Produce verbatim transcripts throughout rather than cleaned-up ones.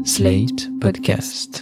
Slate Podcast.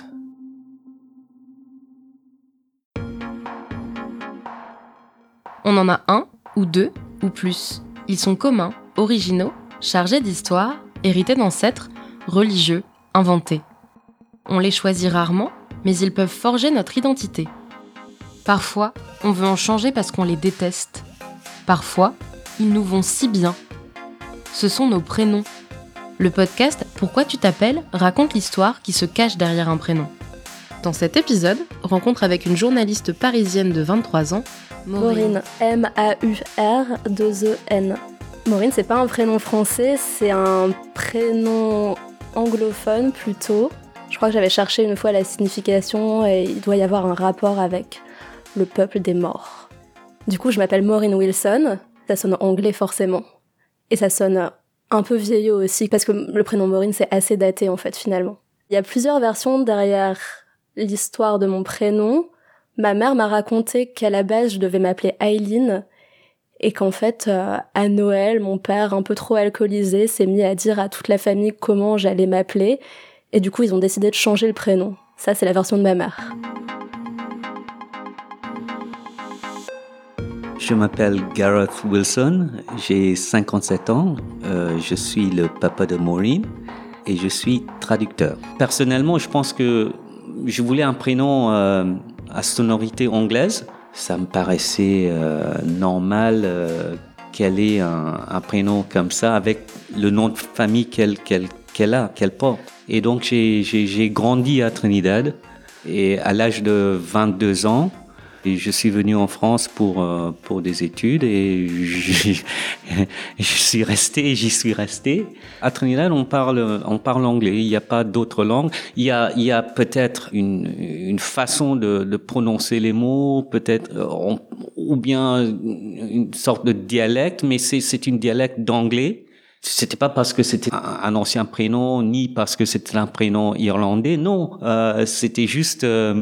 On en a un, ou deux, ou plus. Ils sont communs, originaux, chargés d'histoire, hérités d'ancêtres, religieux, inventés. On les choisit rarement, mais ils peuvent forger notre identité. Parfois, on veut en changer parce qu'on les déteste. Parfois, ils nous vont si bien. Ce sont nos prénoms. Le podcast « Pourquoi tu t'appelles » raconte l'histoire qui se cache derrière un prénom. Dans cet épisode, rencontre avec une journaliste parisienne de vingt-trois ans, Maureen, M A U R deux E N. Maureen, c'est pas un prénom français, c'est un prénom anglophone plutôt. Je crois que j'avais cherché une fois la signification et il doit y avoir un rapport avec le peuple des morts. Du coup, je m'appelle Maureen Wilson, ça sonne anglais forcément. Et ça sonne un peu vieillot aussi, parce que le prénom Maureen, c'est assez daté en fait finalement. Il y a plusieurs versions derrière l'histoire de mon prénom. Ma mère m'a raconté qu'à la base, je devais m'appeler Aileen, et qu'en fait, euh, à Noël, mon père, un peu trop alcoolisé, s'est mis à dire à toute la famille comment j'allais m'appeler, et du coup, ils ont décidé de changer le prénom. Ça, c'est la version de ma mère. Je m'appelle Gareth Wilson, j'ai cinquante-sept ans, euh, je suis le papa de Maureen et je suis traducteur. Personnellement, je pense que je voulais un prénom euh, à sonorité anglaise. Ça me paraissait euh, normal euh, qu'elle ait un, un prénom comme ça avec le nom de famille qu'elle, qu'elle, qu'elle a, qu'elle porte. Et donc j'ai, j'ai, j'ai grandi à Trinidad et à l'âge de vingt-deux ans, et je suis venu en France pour euh, pour des études et je, je suis resté et j'y suis resté. À Trinidad, on parle on parle anglais. Il n'y a pas d'autre langue. Il y a il y a peut-être une une façon de de prononcer les mots, peut-être on, ou bien une sorte de dialecte, mais c'est c'est une dialecte d'anglais. C'était pas parce que c'était un, un ancien prénom ni parce que c'était un prénom irlandais. Non, euh, c'était juste euh,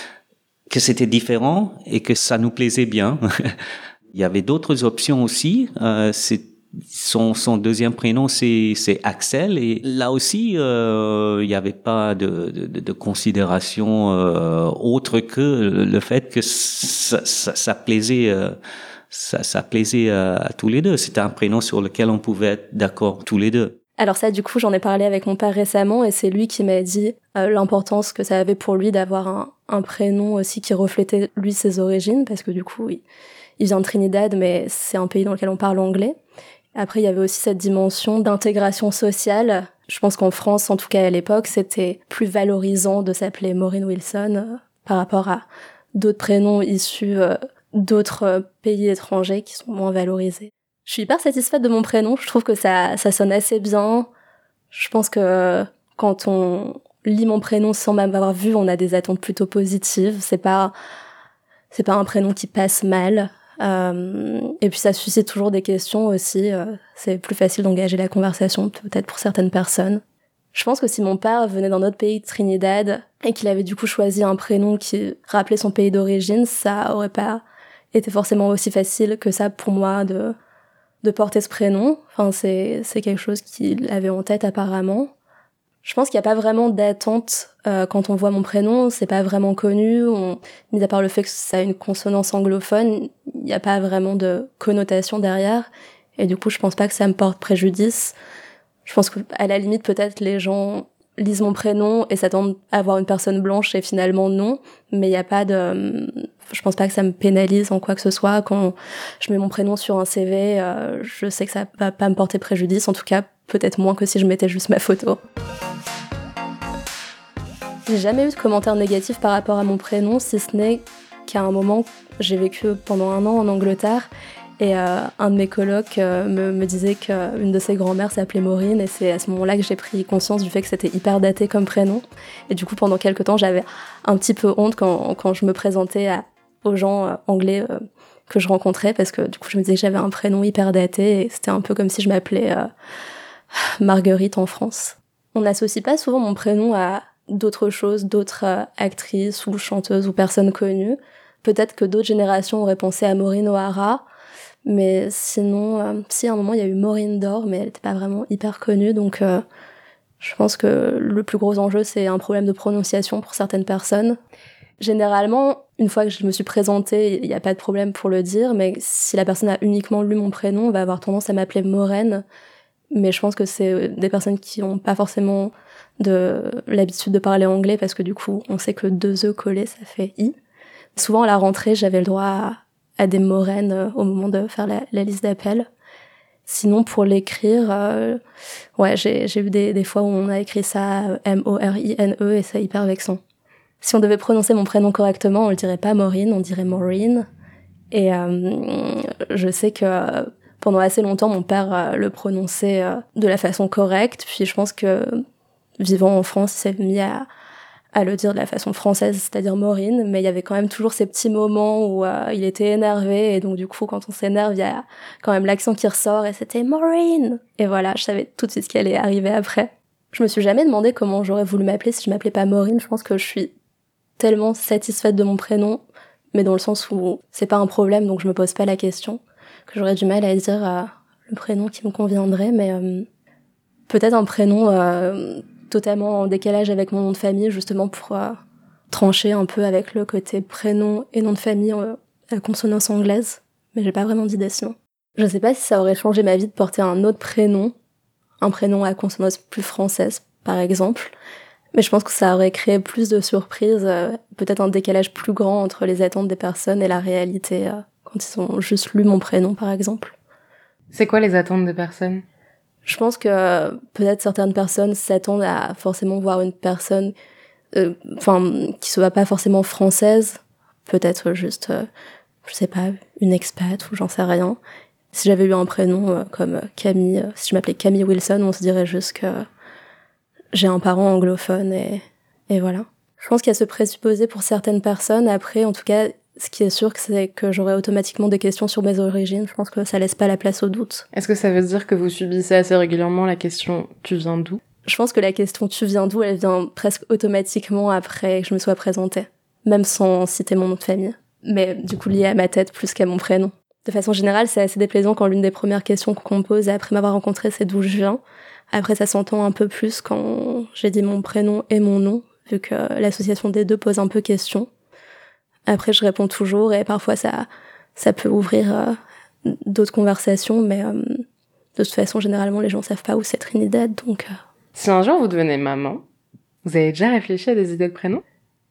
que c'était différent et que ça nous plaisait bien. Il y avait d'autres options aussi. Euh, c'est, son, son deuxième prénom, c'est, c'est Axel. Et là aussi, euh, il n'y avait pas de, de, de considération euh, autre que le fait que ça, ça, ça plaisait, euh, ça, ça plaisait à, à tous les deux. C'était un prénom sur lequel on pouvait être d'accord tous les deux. Alors ça, du coup, j'en ai parlé avec mon père récemment et c'est lui qui m'a dit euh, l'importance que ça avait pour lui d'avoir un, un prénom aussi qui reflétait, lui, ses origines, parce que du coup, il, il vient de Trinidad, mais c'est un pays dans lequel on parle anglais. Après, il y avait aussi cette dimension d'intégration sociale. Je pense qu'en France, en tout cas à l'époque, c'était plus valorisant de s'appeler Maureen Wilson euh, par rapport à d'autres prénoms issus euh, d'autres euh, pays étrangers qui sont moins valorisés. Je suis hyper satisfaite de mon prénom, je trouve que ça, ça sonne assez bien. Je pense que quand on lit mon prénom sans m'avoir vu, on a des attentes plutôt positives. C'est pas, c'est pas un prénom qui passe mal. Euh, et puis ça suscite toujours des questions aussi. Euh, c'est plus facile d'engager la conversation, peut-être pour certaines personnes. Je pense que si mon père venait d'un autre pays, de Trinidad, et qu'il avait du coup choisi un prénom qui rappelait son pays d'origine, ça aurait pas été forcément aussi facile que ça pour moi de... de porter ce prénom. Enfin, c'est, c'est quelque chose qu'il avait en tête apparemment. Je pense qu'il n'y a pas vraiment d'attente euh, quand on voit mon prénom, c'est pas vraiment connu. On, mis à part le fait que ça a une consonance anglophone, il n'y a pas vraiment de connotation derrière. Et du coup, je pense pas que ça me porte préjudice. Je pense qu'à la limite, peut-être les gens lisent mon prénom et s'attendent à voir une personne blanche et finalement non. Mais il n'y a pas de... Je pense pas que ça me pénalise en quoi que ce soit. Quand je mets mon prénom sur un C V, euh, je sais que ça va pas me porter préjudice. En tout cas, peut-être moins que si je mettais juste ma photo. J'ai jamais eu de commentaires négatifs par rapport à mon prénom, si ce n'est qu'à un moment, j'ai vécu pendant un an en Angleterre et euh, un de mes colocs euh, me, me disait qu'une de ses grand-mères s'appelait Maureen et c'est à ce moment-là que j'ai pris conscience du fait que c'était hyper daté comme prénom. Et du coup, pendant quelques temps, j'avais un petit peu honte quand, quand je me présentais à aux gens euh, anglais euh, que je rencontrais parce que du coup je me disais que j'avais un prénom hyper daté et c'était un peu comme si je m'appelais euh, Marguerite en France. On n'associe pas souvent mon prénom à d'autres choses, d'autres euh, actrices ou chanteuses ou personnes connues. Peut-être que d'autres générations auraient pensé à Maureen O'Hara, mais sinon, euh, si à un moment il y a eu Maureen Dore, mais elle n'était pas vraiment hyper connue, donc euh, Je pense que le plus gros enjeu, c'est un problème de prononciation pour certaines personnes. Généralement, une fois que je me suis présentée, il n'y a pas de problème pour le dire, mais si la personne a uniquement lu mon prénom, on va avoir tendance à m'appeler Maureen. Mais je pense que c'est des personnes qui n'ont pas forcément de l'habitude de parler anglais, parce que du coup, on sait que deux E collés, ça fait I. Souvent, à la rentrée, j'avais le droit à, à des Maureen au moment de faire la, la liste d'appels. Sinon, pour l'écrire, euh, ouais, j'ai, j'ai eu des, des fois où on a écrit ça M O R I N E et c'est hyper vexant. Si on devait prononcer mon prénom correctement, on le dirait pas Maureen, on dirait Maureen. Et euh, je sais que pendant assez longtemps, mon père euh, le prononçait euh, de la façon correcte. Puis je pense que, vivant en France, il s'est mis à, à le dire de la façon française, c'est-à-dire Maureen. Mais il y avait quand même toujours ces petits moments où euh, il était énervé. Et donc du coup, quand on s'énerve, il y a quand même l'accent qui ressort et c'était Maureen. Et voilà, je savais tout de suite ce qui allait arriver après. Je me suis jamais demandé comment j'aurais voulu m'appeler si je m'appelais pas Maureen. Je pense que je suis tellement satisfaite de mon prénom, mais dans le sens où c'est pas un problème, donc je me pose pas la question, que j'aurais du mal à dire euh, le prénom qui me conviendrait, mais euh, peut-être un prénom euh, totalement en décalage avec mon nom de famille, justement pour euh, trancher un peu avec le côté prénom et nom de famille euh, à consonance anglaise, mais j'ai pas vraiment d'idée sinon. Je sais pas si ça aurait changé ma vie de porter un autre prénom, un prénom à consonance plus française, par exemple, mais je pense que ça aurait créé plus de surprises, euh, peut-être un décalage plus grand entre les attentes des personnes et la réalité, euh, quand ils ont juste lu mon prénom, par exemple. C'est quoi les attentes des personnes ? Je pense que euh, peut-être certaines personnes s'attendent à forcément voir une personne, enfin, euh, qui soit pas forcément française, peut-être juste, euh, je sais pas, une expat ou j'en sais rien. Si j'avais eu un prénom euh, comme Camille, euh, si je m'appelais Camille Wilson, on se dirait juste que j'ai un parent anglophone et, et voilà. Je pense qu'il y a ce présupposé pour certaines personnes. Après, en tout cas, ce qui est sûr, c'est que j'aurai automatiquement des questions sur mes origines. Je pense que ça laisse pas la place au doute. Est-ce que ça veut dire que vous subissez assez régulièrement la question « tu viens d'où » ? Je pense que la question « tu viens d'où » elle vient presque automatiquement après que je me sois présentée, même sans citer mon nom de famille. Mais du coup lié à ma tête plus qu'à mon prénom. De façon générale, c'est assez déplaisant quand l'une des premières questions qu'on me pose après m'avoir rencontrée, c'est d'où je viens. Après, ça s'entend un peu plus quand j'ai dit mon prénom et mon nom, vu que l'association des deux pose un peu question. Après, je réponds toujours et parfois ça, ça peut ouvrir euh, d'autres conversations, mais euh, de toute façon, généralement, les gens savent pas où c'est Trinidad, donc... Euh... Si un jour vous devenez maman, vous avez déjà réfléchi à des idées de prénoms ?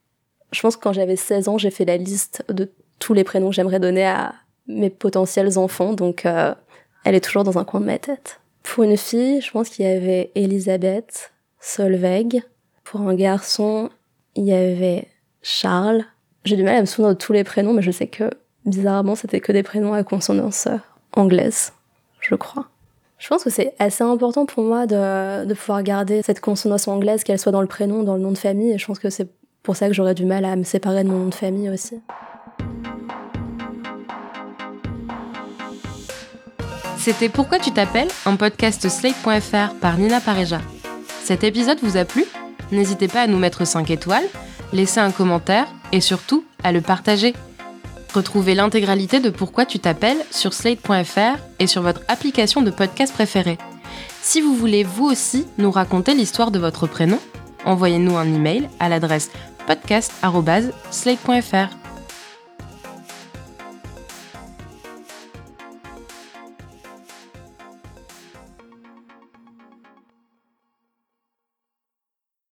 Je pense que quand j'avais seize ans, j'ai fait la liste de tous les prénoms que j'aimerais donner à mes potentiels enfants, donc euh, elle est toujours dans un coin de ma tête. Pour une fille, je pense qu'il y avait Elisabeth, Solveig. Pour un garçon, il y avait Charles. J'ai du mal à me souvenir de tous les prénoms, mais je sais que, bizarrement, c'était que des prénoms à consonance anglaise, je crois. Je pense que c'est assez important pour moi de, de pouvoir garder cette consonance anglaise, qu'elle soit dans le prénom ou dans le nom de famille, et je pense que c'est pour ça que j'aurais du mal à me séparer de mon nom de famille aussi. C'était Pourquoi tu t'appelles, un podcast Slate point F R par Nina Pareja. Cet épisode vous a plu ? N'hésitez pas à nous mettre cinq étoiles, laisser un commentaire et surtout à le partager. Retrouvez l'intégralité de Pourquoi tu t'appelles sur Slate point F R et sur votre application de podcast préférée. Si vous voulez vous aussi nous raconter l'histoire de votre prénom, envoyez-nous un email à l'adresse podcast arobase slate point F R.